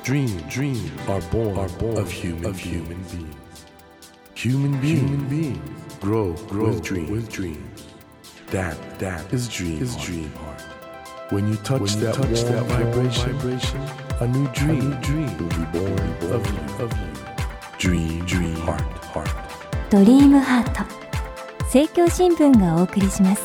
Dreams are born of human beings. Human beings grow with dreams. That is dream heart. When you touch that vibration, a new dream will be born of you. Dream heart. ドリームハート、政教新聞がお送りします。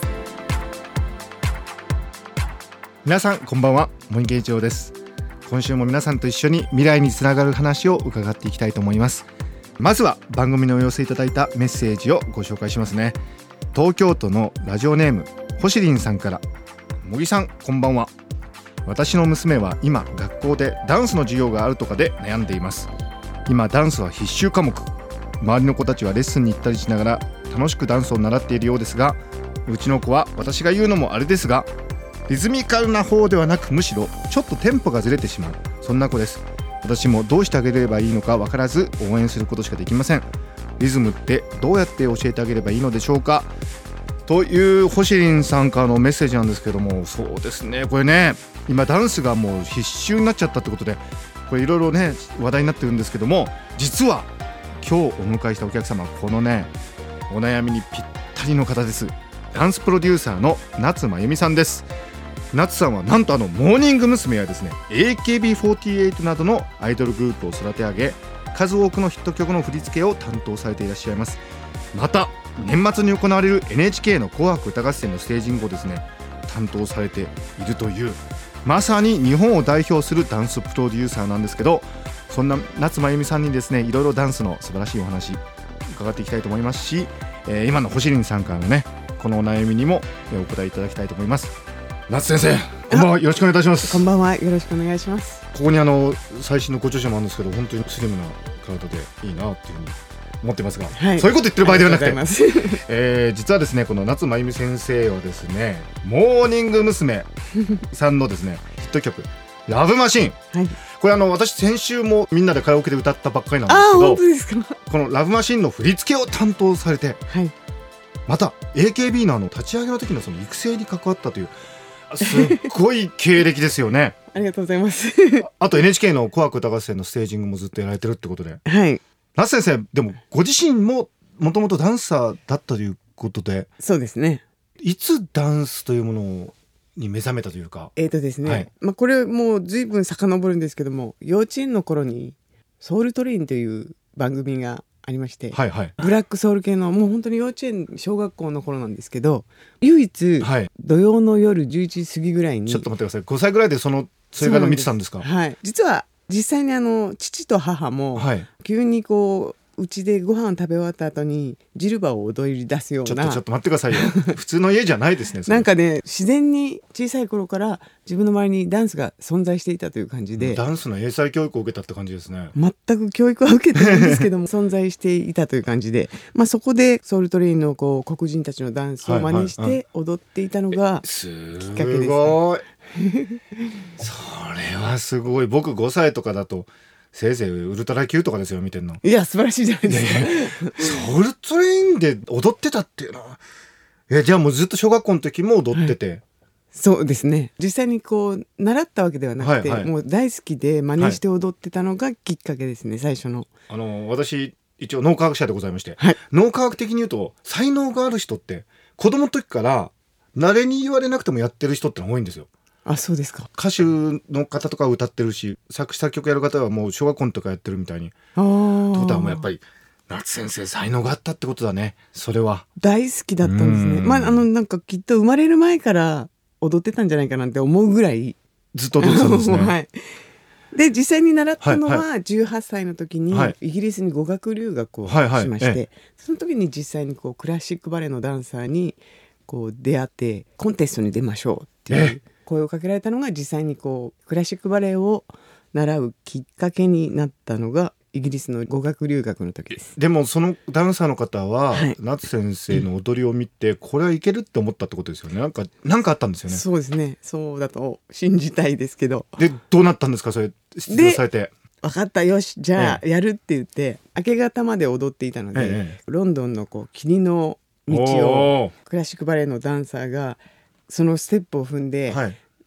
皆さんこんばんは、森圭一郎です。今週も皆さんと一緒に未来につながる話を伺っていきたいと思います。まずは番組のお寄せいただいたメッセージをご紹介しますね。東京都のラジオネームほしりんさんから、茂木さんこんばんは。私の娘は今学校でダンスの授業があるとかで悩んでいます。今ダンスは必修科目、周りの子たちはレッスンに行ったりしながら楽しくダンスを習っているようですが、うちの子は私が言うのもあれですが、リズミカルな方ではなくむしろちょっとテンポがずれてしまう、そんな子です。私もどうしてあげればいいのか分からず応援することしかできません。リズムってどうやって教えてあげればいいのでしょうか、というほしりんさんからのメッセージなんですけども、そうですね、これね、今ダンスがもう必修になっちゃったってことで、これいろいろね話題になってるんですけども、実は今日お迎えしたお客様、このねお悩みにぴったりの方です。ダンスプロデューサーの夏まゆみさんです。夏さんはなんとモーニング娘。やですね AKB48 などのアイドルグループを育て上げ、数多くのヒット曲の振り付けを担当されていらっしゃいます。また年末に行われる NHK の紅白歌合戦のステージングをですね担当されているという、まさに日本を代表するダンスプロデューサーなんですけど、そんな夏まゆみさんにですねいろいろダンスの素晴らしいお話伺っていきたいと思いますし、今のほしりんさんからのねこのお悩みにもお答えいただきたいと思います。夏先生こんばんは、よろしくお願いいたします。 こんばんは、よろしくお願いします。 ここに最新のご著書もあるんですけど、本当にスリムな体でいいなっていうふうに思ってますが、はい、そういうこと言ってる場合ではなくて、実はですねこの夏まゆみ先生はですねモーニング娘。さんのですねヒット曲ラブマシーン、はい、これ私先週もみんなでカラオケで歌ったばっかりなんですけど、 本当ですか。 このラブマシーンの振り付けを担当されて、はい、また AKB の立ち上げの時のその育成に関わったというすっごい経歴ですよね。 ありがとうございます。 あと NHK の紅白歌合戦のステージングもずっとやられてるってことで、 はい、 夏先生でもご自身ももともとダンサーだったということで、 そうですね。 いつダンスというものに目覚めたというか。 ですね、はい、これもう随分遡るんですけども、幼稚園の頃にソウルトレインという番組がありまして、はいはい、ブラックソウル系のもう本当に幼稚園小学校の頃なんですけど、唯一、はい、土曜の夜11時過ぎぐらいに、 ちょっと待ってください、5歳ぐらいでそれから見てたんですか。 はい、実は実際に父と母も、はい、急にこううちでご飯食べ終わった後にジルバを踊り出すような、 ちょっと待ってくださいよ普通の家じゃないですねなんかね、自然に小さい頃から自分の周りにダンスが存在していたという感じで、 ダンスの英才教育を受けたって感じですね。 全く教育は受けてないんですけども存在していたという感じで、そこでソウルトレインの黒人たちのダンスを真似して踊っていたのがきっかけです、ね。 すごいそれはすごい。僕5歳とかだとせいぜいウルトラ Q とかですよ見てんの。 いや素晴らしいじゃないですか。 ソウルトレインで踊ってたっていうのは、じゃあもうずっと小学校の時も踊ってて、はい、 そうですね。実際に習ったわけではなくて、はいはい、もう大好きで真似して踊ってたのがきっかけですね、最初の。 私一応脳科学者でございまして、はい、脳科学的に言うと才能がある人って子供の時から誰に言われなくてもやってる人っての多いんですよ。 あ、そうですか。 歌手の方とか歌ってるし、作詞作曲やる方はもう小学校の時からやってるみたいに。ってことはもうやっぱり夏先生才能があったってことだね。それは大好きだったんですね。なんかきっと生まれる前から踊ってたんじゃないかなって思うぐらいずっと踊ってたんですね。 はい、で実際に習ったのは18歳の時にイギリスに語学留学をしまして、その時に実際にクラシックバレエのダンサーに出会ってコンテストに出ましょうっていう声をかけられたのが、実際にクラシックバレエを習うきっかけになったのがイギリスの語学留学の時です。 でもそのダンサーの方は、はい、夏先生の踊りを見て、これはいけるって思ったってことですよね。なんかあったんですよね。 そうですね、そうだと信じたいですけど。 でどうなったんですか、それ出場されて。 分かった、よしじゃあやるって言って、明け方まで踊っていたので、ロンドンの霧の道をクラシックバレエのダンサーがそのステップを踏んで、はい、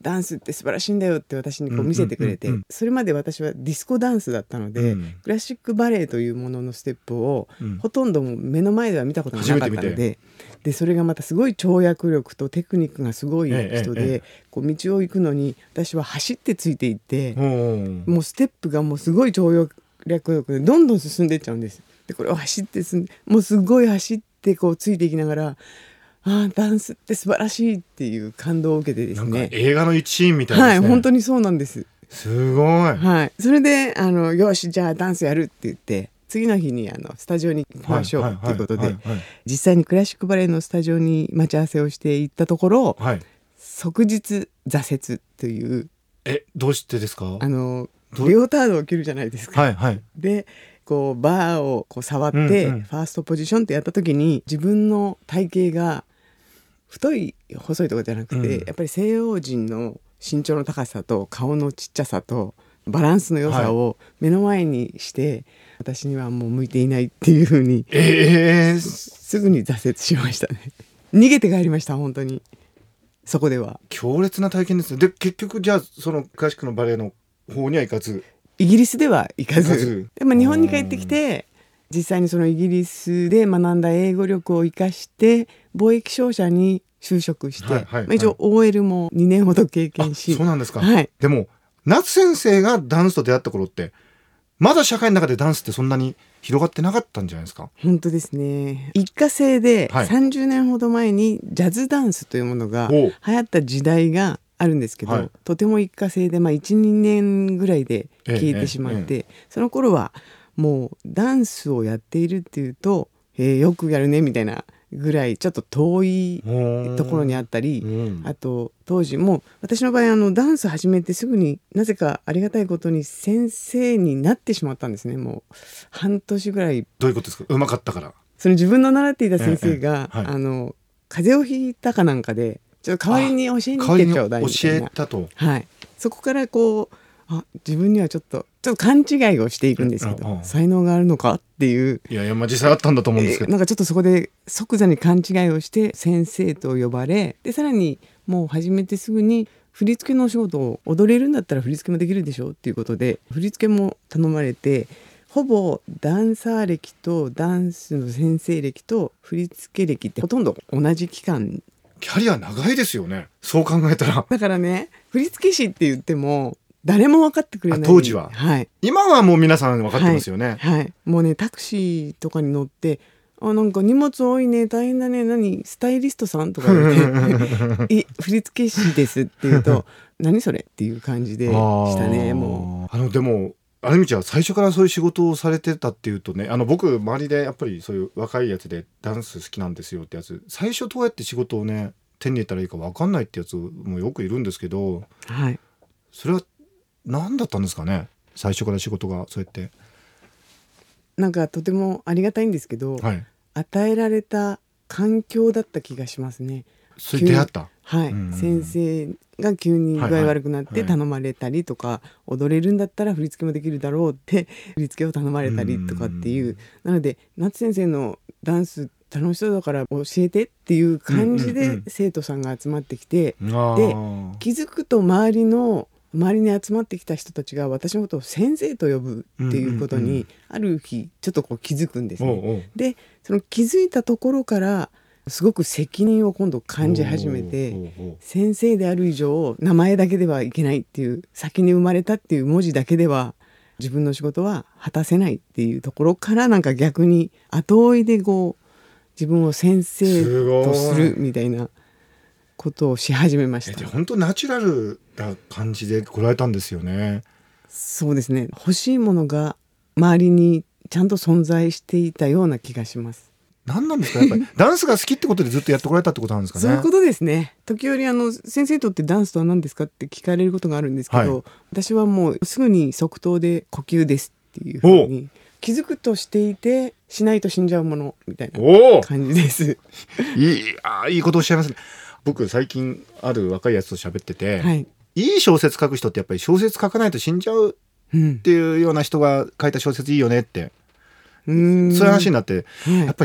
ダンスって素晴らしいんだよって私にこう見せてくれて、それまで私はディスコダンスだったので、クラシックバレエというもののステップをほとんども目の前では見たことがなかったので、でそれがまたすごい跳躍力とテクニックがすごい人で、こう道を行くのに私は走ってついていって、もうステップがもうすごい跳躍力でどんどん進んでいっちゃうんです。でこれを走ってもうすごい走ってこうついていきながら、ダンスって素晴らしいっていう感動を受けてですね、 なんか映画の一シーンみたいですね。 はい、本当にそうなんです。 すごい。 はい、それでよしじゃあダンスやるって言って次の日にスタジオに行きましょうということで、実際にクラシックバレエのスタジオに待ち合わせをして行ったところ、即日挫折という。 どうしてですか？ レオタードを着るじゃないですか。でこうバーをこう触って、ファーストポジションってやった時に自分の体型が太い細いとかじゃなくて、やっぱり西洋人の身長の高さと顔のちっちゃさとバランスの良さを目の前にして、私にはもう向いていないっていう風に、すぐに挫折しましたね。逃げて帰りました。本当にそこでは強烈な体験ですね。で結局じゃあそのクラシックのバレエの方には行かず、 イギリスでは行かず、でも日本に帰ってきて実際にそのイギリスで学んだ英語力を生かして貿易商社に就職して、一応 OL も2年ほど経験し。 そうなんですか。でも夏先生がダンスと出会った頃ってまだ社会の中でダンスってそんなに広がってなかったんじゃないですか？ 本当ですね。一過性で30年ほど前にジャズダンスというものが流行った時代があるんですけど、とても一過性で、1、2年ぐらいで消えてしまって、その頃はもうダンスをやっているっていうと、よくやるねみたいなぐらいちょっと遠いところにあったり、あと当時も私の場合ダンス始めてすぐになぜかありがたいことに先生になってしまったんですね。もう半年ぐらい。 どういうことですか？うまかったから。 その自分の習っていた先生が、風邪をひいたかなんかでちょっと代わりに教えに行ってちょうだいみたいな。 教えたと。 そこからこう自分にはちょっと勘違いをしていくんですけど、才能があるのかっていう。 いや実際あったんだと思うんですけど、 なんかちょっとそこで即座に勘違いをして先生と呼ばれ、でさらにもう始めてすぐに振り付けのお仕事を踊れるんだったら振り付けもできるでしょっていうことで振り付けも頼まれて、ほぼダンサー歴とダンスの先生歴と振り付け歴ってほとんど同じ期間。 キャリア長いですよね、そう考えたら。 だからね、振付師って言っても誰も分かってくれない。 当時は、今はもう皆さん分かってますよね。 もうね、タクシーとかに乗ってなんか荷物多いね、大変だね、何スタイリストさんとか言って振付師ですって言うと何それっていう感じでしたね。もうでもある意味じゃ最初からそういう仕事をされてたっていうとね、僕周りでやっぱりそういう若いやつでダンス好きなんですよってやつ、最初どうやって仕事をね手に入れたらいいか分かんないってやつもよくいるんですけど、それは何だったんですかね、最初から仕事がそうやって。 なんかとてもありがたいんですけど、与えられた環境だった気がしますね。 それ出会った、 先生が急に具合悪くなって頼まれたりとか、踊れるんだったら振り付けもできるだろうって振り付けを頼まれたりとかっていう、なので夏先生のダンス楽しそうだから教えてっていう感じで生徒さんが集まってきて、で気づくと周りに集まってきた人たちが私のことを先生と呼ぶっていうことにある日ちょっとこう気づくんですね。でその気づいたところからすごく責任を今度感じ始めて、先生である以上名前だけではいけないっていう、先に生まれたっていう文字だけでは自分の仕事は果たせないっていうところから、なんか逆に後追いでこう自分を先生とするみたいなことをし始めました。 本当ナチュラルな感じで来られたんですよね。 そうですね、欲しいものが周りにちゃんと存在していたような気がします。 何なんですか、やっぱりダンスが好きってことでずっとやってこられたってことなんですかね。 そういうことですね。時折先生にとってダンスとは何ですかって聞かれることがあるんですけど、私はもうすぐに即答で呼吸ですっていうふうに気づくとしていて、しないと死んじゃうものみたいな感じです。 いいことをおっしゃいますね。僕最近ある若いやつと喋ってて、いい小説書く人ってやっぱり小説書かないと死んじゃうっていうような人が書いた小説いいよねって、そういう話になって、やっぱり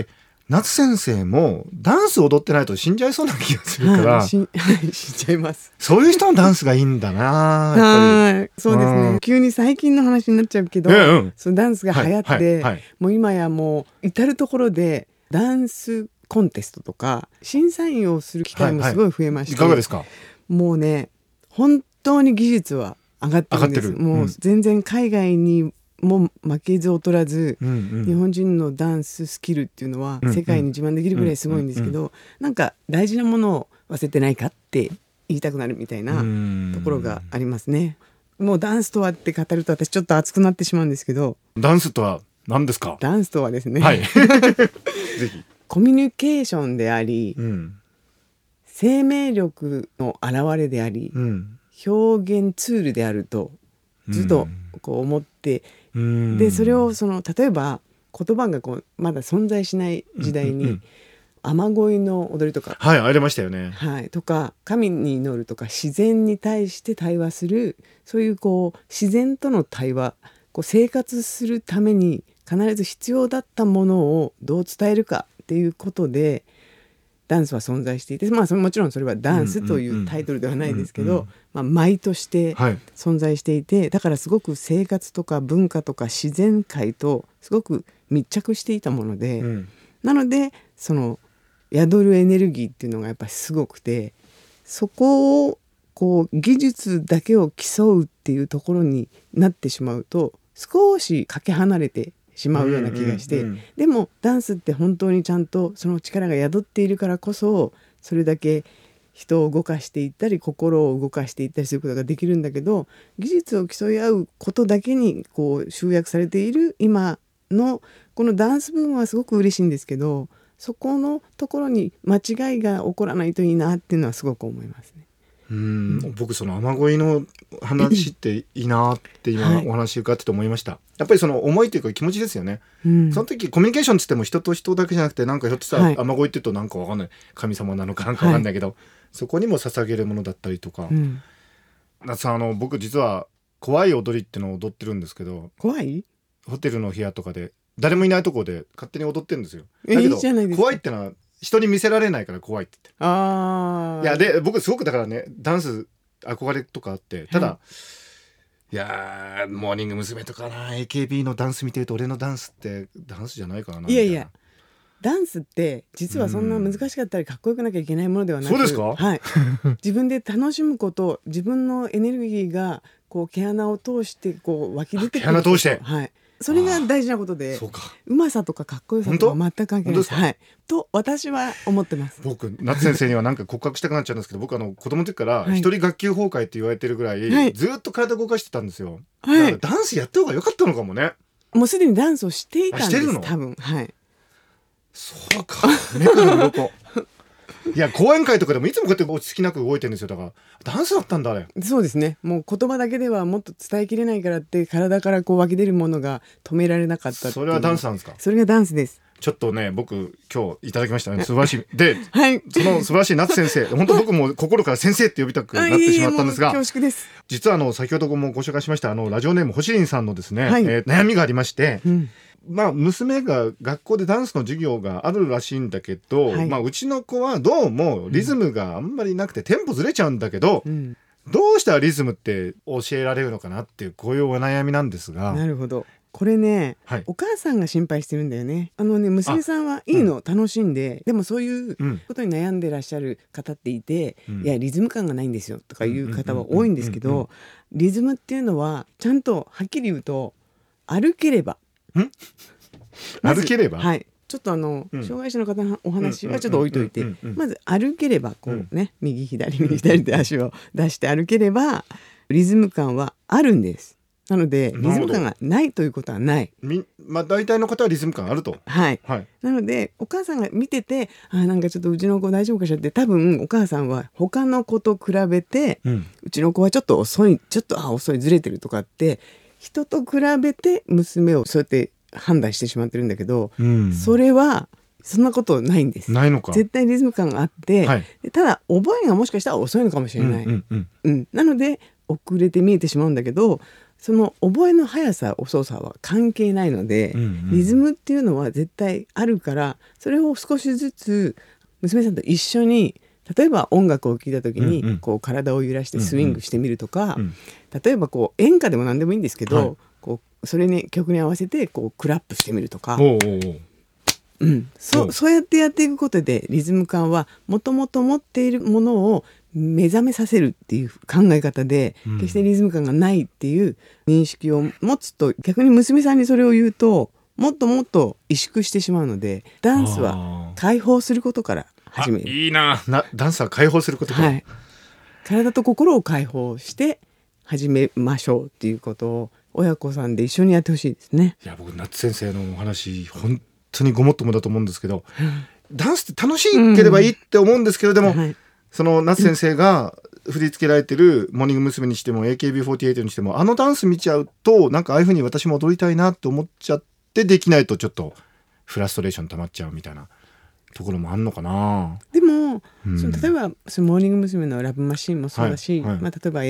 夏先生もダンス踊ってないと死んじゃいそうな気がするから、 死んじゃいます。 そういう人のダンスがいいんだなやっぱり。 そうですね、急に最近の話になっちゃうけど、そのダンスが流行って、もう今やもう至る所でダンスコンテストとか審査員をする機会もすごい増えまして、 いかがですか？ もうね本当に技術は上がってるんです。もう全然海外にも負けず劣らず、日本人のダンススキルっていうのは世界に自慢できるぐらいすごいんですけど、なんか大事なものを忘れてないかって言いたくなるみたいなところがありますね。もうダンスとはって語ると私ちょっと熱くなってしまうんですけど、 ダンスとは何ですか？ ダンスとはですね、 ぜひコミュニケーションであり、生命力の表れであり、表現ツールであるとずっとこう思って、でそれを例えば言葉がまだ存在しない時代に、雨乞いの踊りとか、 ありましたよね、 とか神に祈るとか自然に対して対話する、そういう自然との対話、生活するために必ず必要だったものをどう伝えるかっていうことでダンスは存在していて、もちろんそれはダンスというタイトルではないですけど、舞として存在していて、だからすごく生活とか文化とか自然界とすごく密着していたもので、なのでその宿るエネルギーっていうのがやっぱりすごくて、そこを技術だけを競うっていうところになってしまうと少しかけ離れてしまうような気がして、でもダンスって本当にちゃんとその力が宿っているからこそ、それだけ人を動かしていったり心を動かしていったりすることができるんだけど、技術を競い合うことだけに集約されている今のこのダンスブームはすごく嬉しいんですけど、そこのところに間違いが起こらないといいなっていうのはすごく思いますね。 僕その雨乞いの話っていいなって今お話伺ってて思いました。やっぱりその思いというか気持ちですよね、その時コミュニケーションって言っても人と人だけじゃなくて、なんかひょっとしたら雨乞いって言うとなんかわかんない、神様なのかなんかわかんないけど、そこにも捧げるものだったりとか、夏さん僕実は怖い踊りってのを踊ってるんですけど、 怖いホテルの部屋とかで誰もいないところで勝手に踊ってるんですよ。だけど怖いってのは人に見せられないから怖いって言って、いやで僕すごくだからねダンス憧れとかあって、ただ、いやモーニング娘。とかな AKB のダンス見てると俺のダンスってダンスじゃないかなみたいな。いやダンスって実はそんな難しかったりかっこよくなきゃいけないものではなく、 そうですか？ 自分で楽しむこと、自分のエネルギーが毛穴を通して湧き出てくる、 毛穴通して、 それが大事なことで、うまさとかかっこよさとか全く関係ないです。と私は思ってます。 僕夏先生にはなんか告白したくなっちゃうんですけど、僕子供の時から一人学級崩壊って言われてるぐらい、ずっと体動かしてたんですよ、だからダンスやった方が良かったのかもね。 もうすでにダンスをしていたんです多分。 そうか、目から鱗いや講演会とかでもいつもこうやって落ち着きなく動いてるんですよ。だからダンスだったんだあれ。 そうですね、もう言葉だけではもっと伝えきれないからって体から湧き出るものが止められなかったっていう。 それはダンスなんですか？ それがダンスです。ちょっとね僕今日いただきましたね、素晴らしいで、その素晴らしい夏先生本当僕も心から先生って呼びたくなってしまったんですが、 恐縮です。 実は先ほどもご紹介しましたラジオネーム星林さんのですね、悩みがありまして、娘が学校でダンスの授業があるらしいんだけど、うちの子はどうもリズムがあんまりなくてテンポずれちゃうんだけど、どうしたらリズムって教えられるのかなっていう、こういうお悩みなんですが。 なるほど、これね、お母さんが心配してるんだよね。娘さんはいいの、楽しんで、でもそういうことに悩んでらっしゃる方っていて、いやリズム感がないんですよとかいう方は多いんですけど、リズムっていうのはちゃんとはっきり言うと歩ければ歩ければ、 ちょっと障害者の方のお話はちょっと置いといて、まず歩ければ右左右左って足を出して歩ければリズム感はあるんです。なのでリズム感がないということはない。 大体の方はリズム感あると。 なのでお母さんが見てて、なんかちょっとうちの子大丈夫かしらって、多分お母さんは他の子と比べて、うちの子はちょっと遅いずれてるとかって人と比べて娘をそうやって判断してしまってるんだけど、それはそんなことないんです。 ないのか。 絶対リズム感があって、ただ覚えがもしかしたら遅いのかもしれない、なので遅れて見えてしまうんだけど、 その覚えの速さ遅さは関係ないので、リズムっていうのは絶対あるから、それを少しずつ娘さんと一緒に、例えば音楽を聴いた時にこう体を揺らしてスイングしてみるとか、例えばこう演歌でも何でもいいんですけど、こうそれに曲に合わせてこうクラップしてみるとか、そうやってやっていくことで、リズム感はもともと持っているものを目覚めさせるっていう考え方で、決してリズム感がないっていう認識を持つと、逆に娘さんにそれを言うともっともっと萎縮してしまうので、ダンスは解放することから始める。 いいな、ダンスは解放することから、 体と心を解放して始めましょうっていうことを親子さんで一緒にやってほしいですね。 いや、僕夏先生のお話本当にごもっともだと思うんですけど、ダンスって楽しければいいって思うんですけど、でも、その夏先生が振り付けられてるモーニング娘。にしても AKB48 にしても、あのダンス見ちゃうと、なんかああいう風に私も踊りたいなって思っちゃってできないと、ちょっとフラストレーション溜まっちゃうみたいなところもあんのかな。 でも、その例えばそのモーニング娘。のラブマシーンもそうだし、例えば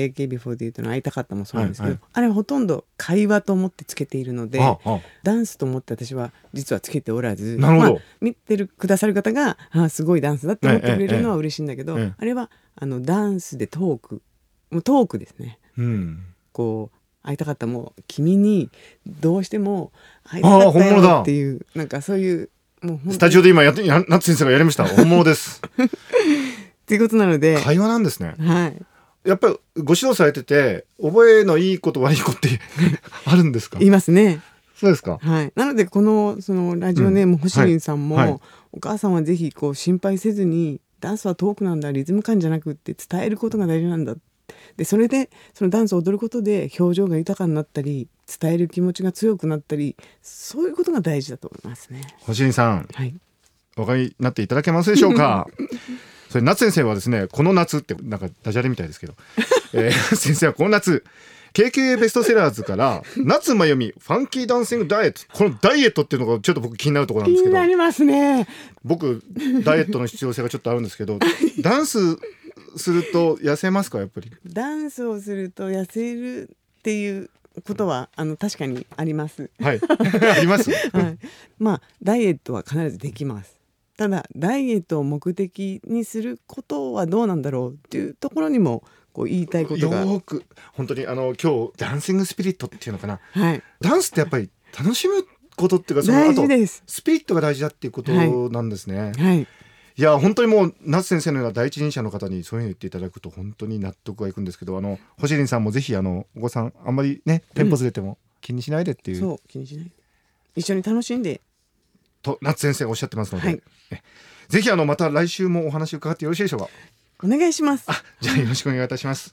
AKB48 の会いたかったもそうなんですけど、あれはほとんど会話と思ってつけているので、ダンスと思って私は実はつけておらず、見てくださる方がすごいダンスだって思ってくれるのは嬉しいんだけど、あれはダンスでトークですね。こう会いたかったもう君にどうしても会いたかったよっていう、なんかそういう、もうスタジオで今夏先生がやりました。本物ですっていうことなので、 会話なんですね。やっぱりご指導されてて、覚えのいいこと悪いことってあるんですか？ いますね。 そうですか。 なのでそのラジオネーム星林さんも、お母さんはぜひこう心配せずに、ダンスはトークなんだ、リズム感じゃなくって伝えることが大事なんだ。でそれでそのダンスを踊ることで表情が豊かになったり、伝える気持ちが強くなったり、そういうことが大事だと思いますね。 星林さん、お分かりになっていただけますでしょうか？それ夏先生はですね、この夏ってなんかダジャレみたいですけど、先生はこの夏 KK ベストセラーズから夏まゆみファンキーダンシングダイエット、このダイエットっていうのがちょっと僕気になるところなんですけど。 気になりますね。 僕ダイエットの必要性がちょっとあるんですけどダンスすると痩せますか？やっぱりダンスをすると痩せるっていうことは確かにあります。 あります、 ダイエットは必ずできます。ただダイエットを目的にすることはどうなんだろうっていうところにもこう言いたいことがよく、本当に今日ダンシングスピリットっていうのかな、ダンスってやっぱり楽しむことっていうか、 大事です。 あとスピリットが大事だっていうことなんですね。いや本当にもう夏先生のような第一人者の方にそういうの言っていただくと本当に納得がいくんですけど、星林さんもぜひお子さんあんまりねテンポずれても気にしないでっていう、 そう気にしない、一緒に楽しんでと夏先生がおっしゃってますので、ぜひまた来週もお話伺ってよろしいでしょうか？ お願いします。 じゃあよろしくお願いいたします。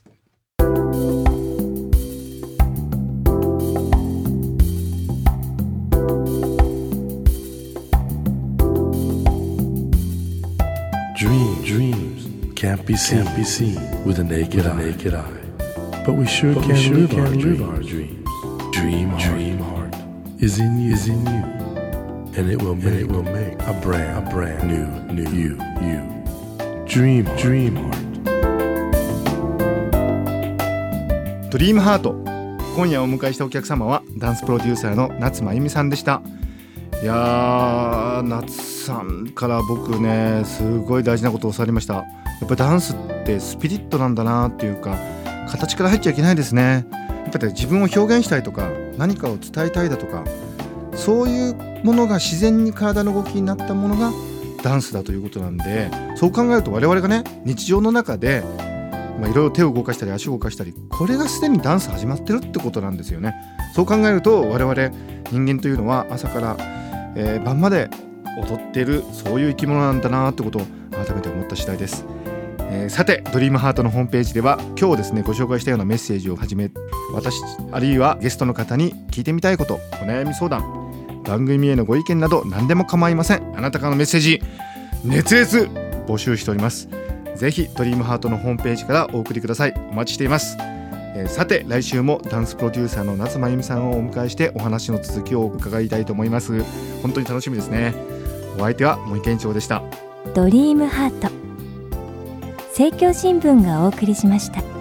Dreams can't be seen with a naked eye. But we sure can live our dreams. Dream heart is in you, and it will make a brand new you. Dream heart. ドリームハート、今夜お迎えしたお客様はダンスプロデューサーの夏まゆみさんでした。いやー、夏さんから僕ねすごい大事なことを教わりました。やっぱりダンスってスピリットなんだなっていうか、形から入っちゃいけないですね。やっぱり自分を表現したいとか何かを伝えたいだとか、そういうものが自然に体の動きになったものがダンスだということなんで、そう考えると我々がね日常の中でいろいろ手を動かしたり足を動かしたり、これがすでにダンス始まってるってことなんですよね。そう考えると我々人間というのは朝から晩まで踊っている、そういう生き物なんだなってことを改めて思った次第です。さてドリームハートのホームページでは今日ですねご紹介したようなメッセージをはじめ、私あるいはゲストの方に聞いてみたいこと、お悩み相談、番組へのご意見など何でも構いません。あなたからのメッセージ熱烈募集しております。ぜひドリームハートのホームページからお送りください。お待ちしています。さて来週もダンスプロデューサーの夏まゆみさんをお迎えしてお話の続きを伺いたいと思います。本当に楽しみですね。お相手は森健長でした。 ドリームハート、政教新聞がお送りしました。